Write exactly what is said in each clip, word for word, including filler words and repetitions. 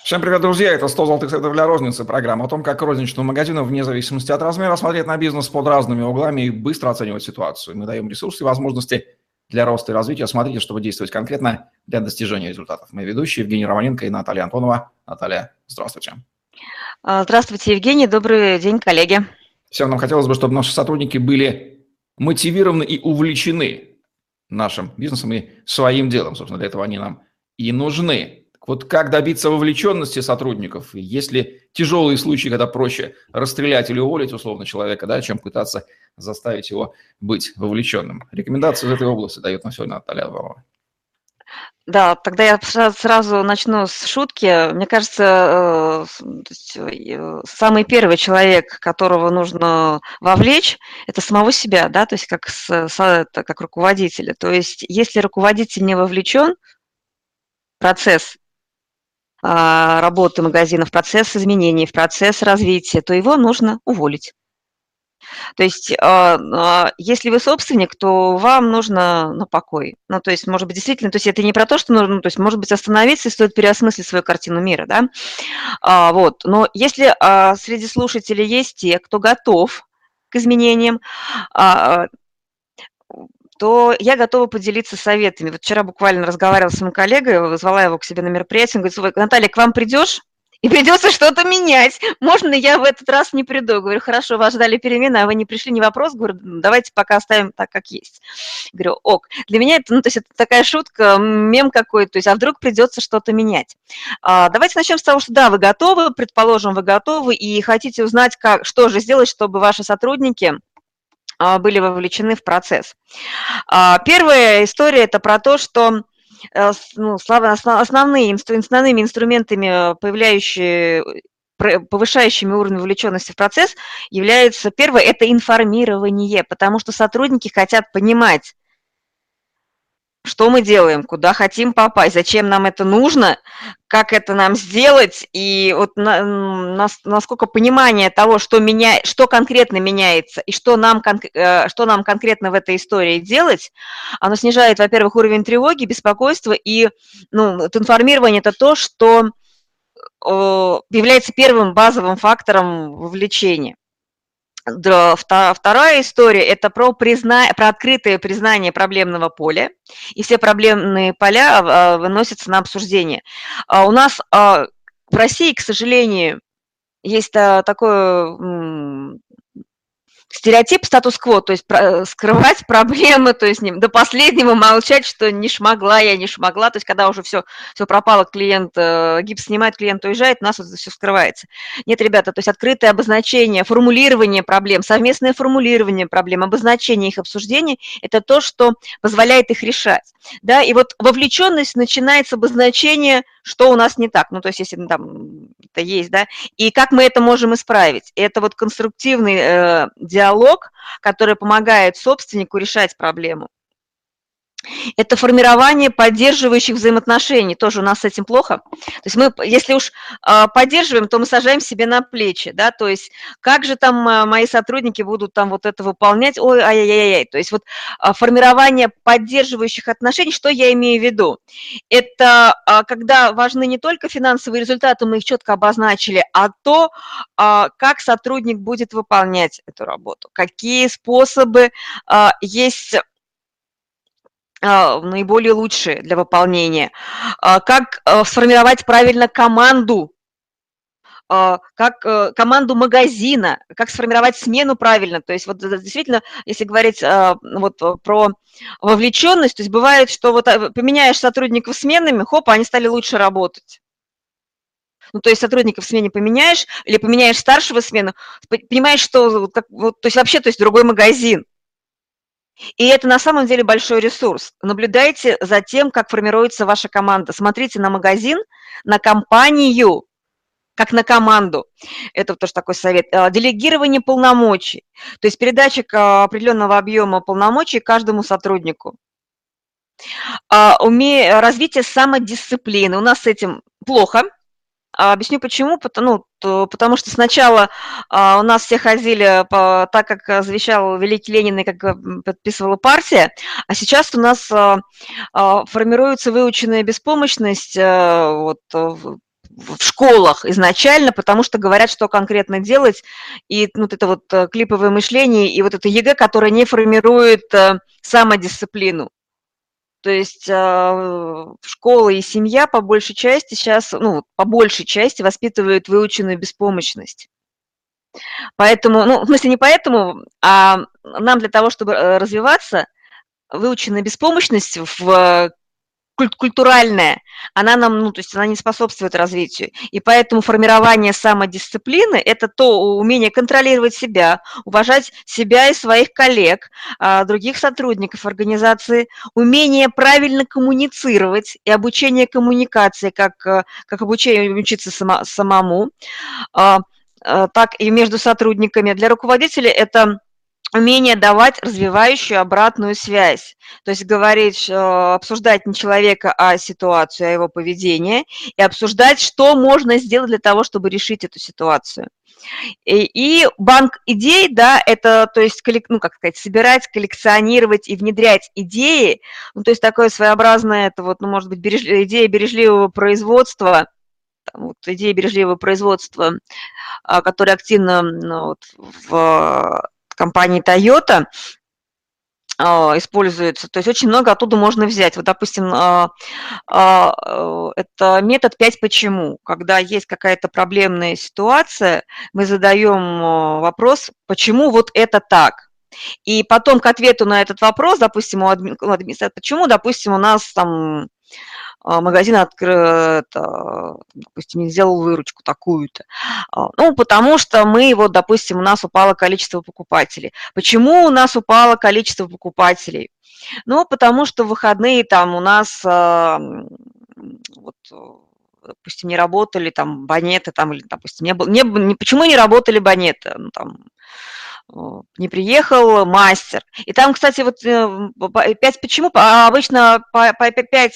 Всем привет, друзья! Это сто золотых советов для розницы. Программа о том, как розничному магазину, вне зависимости от размера, смотреть на бизнес под разными углами и быстро оценивать ситуацию. Мы даем ресурсы и возможности для роста и развития. Смотрите, чтобы действовать конкретно для достижения результатов. Мы ведущие Евгений Романенко и Наталья Антонова. Наталья, здравствуйте. Здравствуйте, Евгений. Добрый день, коллеги. Всем нам хотелось бы, чтобы наши сотрудники были мотивированы и увлечены нашим бизнесом и своим делом. Собственно, для этого они нам и нужны. Вот как добиться вовлеченности сотрудников? Есть ли тяжелые случаи, когда проще расстрелять или уволить условно человека, да, чем пытаться заставить его быть вовлеченным? Рекомендации из этой области дает на сегодня Наталья Антонова. Да, тогда я сразу начну с шутки. Мне кажется, самый первый человек, которого нужно вовлечь, это самого себя, да, то есть как, с, как руководителя. То есть если руководитель не вовлечен в процесс работы магазина, в процесс изменений, в процесс развития, то его нужно уволить. То есть, если вы собственник, то вам нужно на покой. Ну, то есть, может быть, действительно, то есть это не про то, что нужно, то есть, может быть, остановиться и стоит переосмыслить свою картину мира, да. А, вот. Но если а, среди слушателей есть те, кто готов к изменениям, а, то я готова поделиться советами. Вот вчера буквально разговаривала с своим коллегой, звала его к себе на мероприятие, он говорит: Наталья, к вам придешь? И придется что-то менять. Можно я в этот раз не приду? Я говорю: хорошо, вас ждали перемены, а вы не пришли, не вопрос. Говорю: давайте пока оставим так, как есть. Говорю: ок. Для меня это, ну, то есть это такая шутка, мем какой-то, то есть а вдруг придется что-то менять. А, давайте начнем с того, что да, вы готовы, предположим, вы готовы и хотите узнать, как, что же сделать, чтобы ваши сотрудники были вовлечены в процесс. Первая история – это про то, что ну, основные, основными инструментами, появляющие, повышающими уровень вовлеченности в процесс, является первое – это информирование, потому что сотрудники хотят понимать, что мы делаем, куда хотим попасть, зачем нам это нужно, как это нам сделать, и вот на, на, насколько понимание того, что, меня, что конкретно меняется и что нам, что нам конкретно в этой истории делать, оно снижает, во-первых, уровень тревоги, беспокойства, и ну, это информирование – это то, что э, является первым базовым фактором вовлечения. Вторая история – это про, призна... про открытое признание проблемного поля, и все проблемные поля выносятся на обсуждение. У нас в России, к сожалению, есть такое стереотип статус-кво, то есть скрывать проблемы, то есть до последнего молчать, что не шмогла я, не шмогла, то есть когда уже все, все пропало, клиент гипс снимает, клиент уезжает, у нас это все скрывается. Нет, ребята, то есть открытое обозначение, формулирование проблем, совместное формулирование проблем, обозначение их обсуждений – это то, что позволяет их решать. Да? И вот вовлеченность начинается с обозначения, что у нас не так, ну, то есть если там это есть, да, и как мы это можем исправить. Это вот конструктивный э, диалог, который помогает собственнику решать проблему. Это формирование поддерживающих взаимоотношений. Тоже у нас с этим плохо. То есть мы, если уж э, поддерживаем, то мы сажаем себе на плечи, да, то есть как же там э, мои сотрудники будут там вот это выполнять, ой, ай-яй-яй. То есть вот э, формирование поддерживающих отношений, что я имею в виду? Это э, когда важны не только финансовые результаты, мы их четко обозначили, а то, э, как сотрудник будет выполнять эту работу, какие способы э, есть наиболее лучшие для выполнения, как сформировать правильно команду, как команду магазина, как сформировать смену правильно. То есть вот действительно, если говорить вот про вовлеченность, то есть бывает, что вот поменяешь сотрудников сменами, хоп, они стали лучше работать. Ну, то есть сотрудников в смене поменяешь, или поменяешь старшего смену, понимаешь, что как, вот, то есть вообще, то есть другой магазин. И это на самом деле большой ресурс. Наблюдайте за тем, как формируется ваша команда. Смотрите на магазин, на компанию, как на команду. Это тоже такой совет. Делегирование полномочий. То есть передача определенного объема полномочий каждому сотруднику. Развитие самодисциплины. У нас с этим плохо. Объясню почему. Потому, ну, потому что сначала у нас все ходили по, так, как завещал великий Ленин и как подписывала партия, а сейчас у нас формируется выученная беспомощность вот, в школах изначально, потому что говорят, что конкретно делать, и вот это вот клиповое мышление, и вот это ЕГЭ, которое не формирует самодисциплину. То есть школа и семья по большей части сейчас, ну, по большей части воспитывают выученную беспомощность. Поэтому, ну, в смысле не поэтому, а нам для того, чтобы развиваться, выученная беспомощность в культуральная, она нам, ну, то есть она не способствует развитию. И поэтому формирование самодисциплины – это то умение контролировать себя, уважать себя и своих коллег, других сотрудников организации, умение правильно коммуницировать и обучение коммуникации, как, как обучение учиться само, самому, так и между сотрудниками. Для руководителя это умение давать развивающую обратную связь, то есть говорить, обсуждать не человека, а ситуацию, а его поведение, и обсуждать, что можно сделать для того, чтобы решить эту ситуацию. И, и банк идей, да, это, то есть, ну, как сказать, собирать, коллекционировать и внедрять идеи, ну, то есть такое своеобразное, это вот, ну, может быть, береж... идея бережливого производства, там, вот, идея бережливого производства, которая активно, ну, вот, в компании Toyota используется. То есть очень много оттуда можно взять. Вот, допустим, это метод пять почему. Когда есть какая-то проблемная ситуация, мы задаем вопрос, почему вот это так. И потом к ответу на этот вопрос, допустим, у администрации, почему, допустим, у нас там магазин открыл, допустим, не сделал выручку такую-то. Ну, потому что мы, вот, допустим, у нас упало количество покупателей. Почему у нас упало количество покупателей? Ну, потому что в выходные там у нас, вот, допустим, не работали там банеты, там, или, допустим, не было, не, не, почему не работали банеты? Ну, там, не приехал мастер. И там, кстати, вот пять почему, обычно пять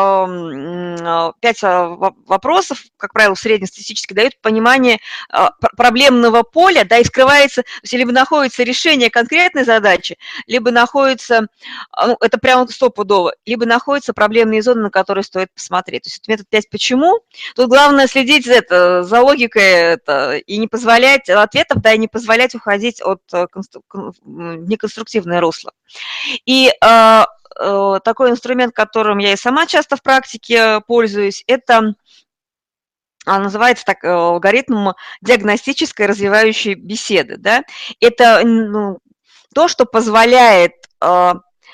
вопросов, как правило, среднестатистически дают понимание проблемного поля, да, и скрывается, то есть либо находится решение конкретной задачи, либо находится, ну, это прямо стопудово, либо находятся проблемные зоны, на которые стоит посмотреть. То есть метод пять почему. Тут главное следить за, это, за логикой это, и не позволять ответов, да, и не позволять уходить от неконструктивное русло. И э, э, такой инструмент, которым я и сама часто в практике пользуюсь, это называется так, алгоритм диагностической развивающей беседы. Да? Это, ну, то, что позволяет э,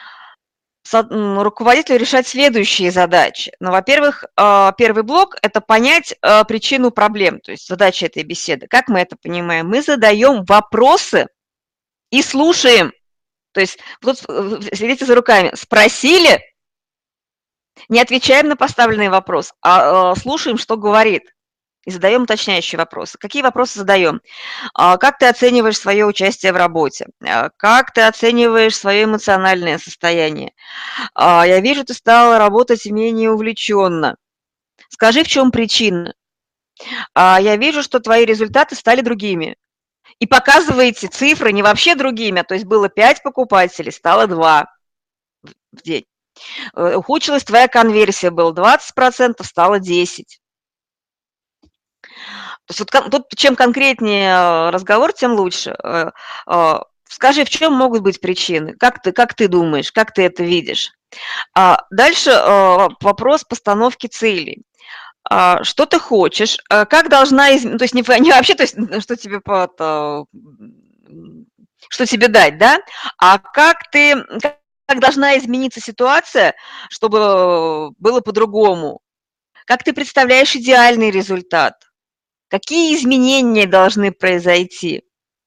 руководителю решать следующие задачи. Ну, во-первых, первый блок – это понять причину проблем, то есть задача этой беседы. Как мы это понимаем? Мы задаем вопросы и слушаем. То есть тут следите за руками. Спросили, не отвечаем на поставленный вопрос, а слушаем, что говорит. И задаем уточняющие вопросы. Какие вопросы задаем? Как ты оцениваешь свое участие в работе? Как ты оцениваешь свое эмоциональное состояние? Я вижу, ты стала работать менее увлеченно. Скажи, в чем причина? Я вижу, что твои результаты стали другими. И показываете цифры не вообще другими, а то есть было пять покупателей, стало два в день. Ухудшилась твоя конверсия, было двадцать процентов, стало десять процентов. То есть вот тут чем конкретнее разговор, тем лучше. Скажи, в чем могут быть причины? Как ты, как ты думаешь, как ты это видишь? Дальше вопрос постановки целей. Что ты хочешь? Как должна измениться? То есть не, не вообще, то есть, что тебе, по, что тебе дать, да? А как ты, как должна измениться ситуация, чтобы было по-другому? Как ты представляешь идеальный результат? Какие изменения должны произойти?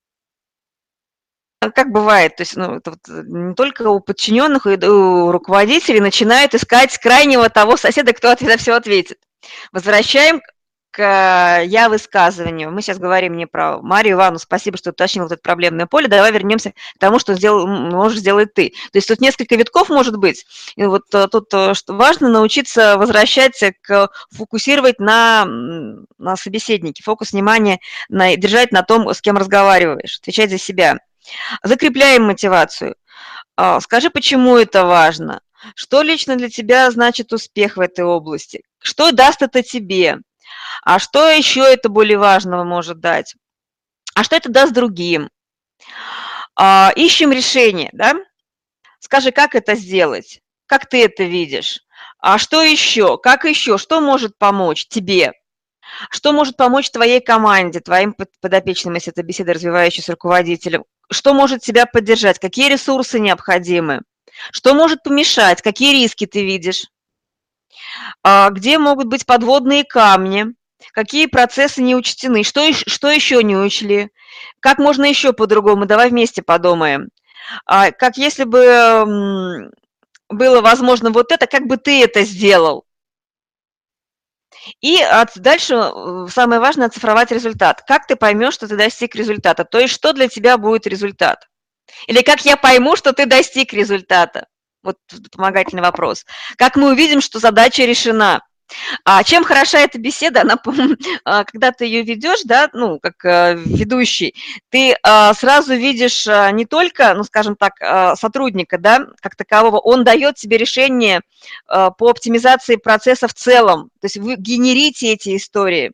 Как бывает, то есть, ну, это вот не только у подчиненных, и у руководителей начинают искать крайнего того соседа, кто на все ответит. Возвращаем к я-высказыванию. Мы сейчас говорим не про Марию Ивановну, спасибо, что уточнила вот это проблемное поле, давай вернемся к тому, что сделал, можешь сделать ты. То есть тут несколько витков может быть. И вот тут что важно научиться возвращаться, к, фокусировать на, на собеседнике, фокус внимания на, держать на том, с кем разговариваешь, отвечать за себя. Закрепляем мотивацию. Скажи, почему это важно? Что лично для тебя значит успех в этой области? Что даст это тебе? А что еще это более важного может дать? А что это даст другим? А, ищем решение, да? Скажи, как это сделать? Как ты это видишь? А что еще? Как еще? Что может помочь тебе? Что может помочь твоей команде, твоим под- подопечным, если это беседа, развивающая с руководителем? Что может тебя поддержать? Какие ресурсы необходимы? Что может помешать? Какие риски ты видишь? А, где могут быть подводные камни? Какие процессы не учтены? Что, ещ- что еще не учли? Как можно еще по-другому? Давай вместе подумаем. А, как если бы м, было возможно вот это, как бы ты это сделал? И от дальше, э, самое важное — оцифровать результат. Как ты поймешь, что ты достиг результата? То есть что для тебя будет результат? Или как я пойму, что ты достиг результата? Вот вспомогательный вопрос. Как мы увидим, что задача решена? А чем хороша эта беседа? Она, а, когда ты ее ведешь, да, ну, как э, ведущий, ты а, сразу видишь а, не только, ну, скажем так, а, сотрудника, да, как такового, он дает тебе решение а, по оптимизации процесса в целом. То есть вы генерите эти истории.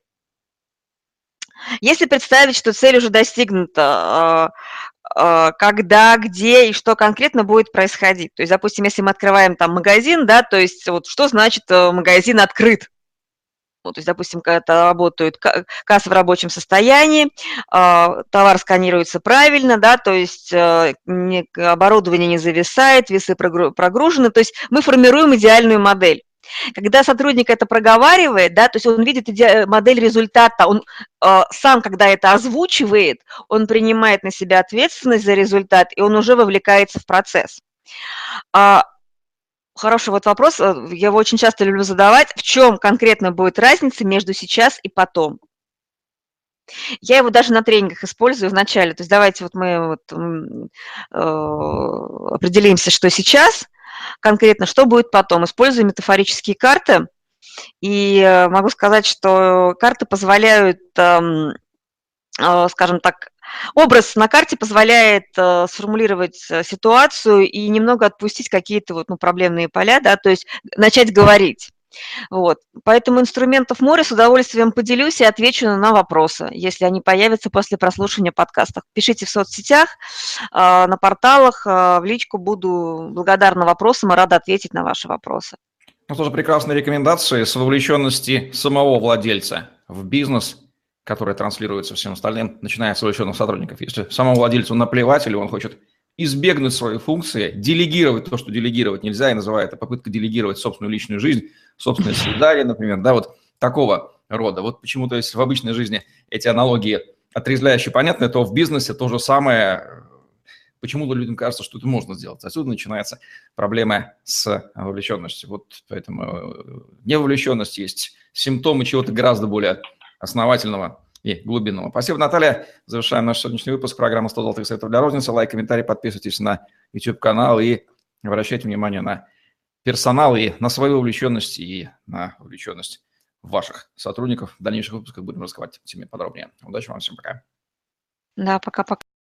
Если представить, что цель уже достигнута, а, а, когда, где и что конкретно будет происходить. То есть, допустим, если мы открываем там магазин, да, то есть вот что значит э, магазин открыт? Ну, то есть, допустим, когда работают ка- кассы в рабочем состоянии, а, товар сканируется правильно, да, то есть э, не- оборудование не зависает, весы прогру- прогружены, то есть мы формируем идеальную модель. Когда сотрудник это проговаривает, да, то есть он видит иде- модель результата, он э, сам, когда это озвучивает, он принимает на себя ответственность за результат, и он уже вовлекается в процесс. А, Хороший вот вопрос, э, я его очень часто люблю задавать. В чем конкретно будет разница между сейчас и потом? Я его даже на тренингах использую в начале. То есть давайте вот мы вот, м, э, определимся, что сейчас, конкретно что будет потом. Использую метафорические карты, и э, могу сказать, что карты позволяют, эм, э, скажем так, образ на карте позволяет э, сформулировать э, ситуацию и немного отпустить какие-то вот, ну, проблемные поля, да, то есть начать говорить. Вот. Поэтому инструментов море, с удовольствием поделюсь и отвечу на вопросы, если они появятся после прослушивания подкастов. Пишите в соцсетях, а, на порталах, а, в личку, буду благодарна вопросам и рада ответить на ваши вопросы. Ну, тоже прекрасные рекомендации с вовлеченности самого владельца в бизнес, который транслируется всем остальным, начиная с вовлеченных сотрудников. Если самому владельцу наплевать или он хочет избегнуть своей функции, делегировать то, что делегировать нельзя, и называет это попытка делегировать собственную личную жизнь, собственное свидание, например, да, вот такого рода. Вот почему-то, если в обычной жизни эти аналогии отрезвляюще понятны, то в бизнесе то же самое. Почему-то людям кажется, что это можно сделать. Отсюда начинается проблема с вовлеченностью. Вот поэтому невовлеченность есть симптомы чего-то гораздо более основательного и глубинного. Спасибо, Наталья. Завершаем наш сегодняшний выпуск программы сто золотых советов для розницы. Лайк, комментарий, подписывайтесь на YouTube-канал и обращайте внимание на персонал и на свою вовлеченность и на вовлеченность ваших сотрудников. В дальнейших выпусках будем раскрывать теме подробнее. Удачи вам, всем пока. Да, пока-пока.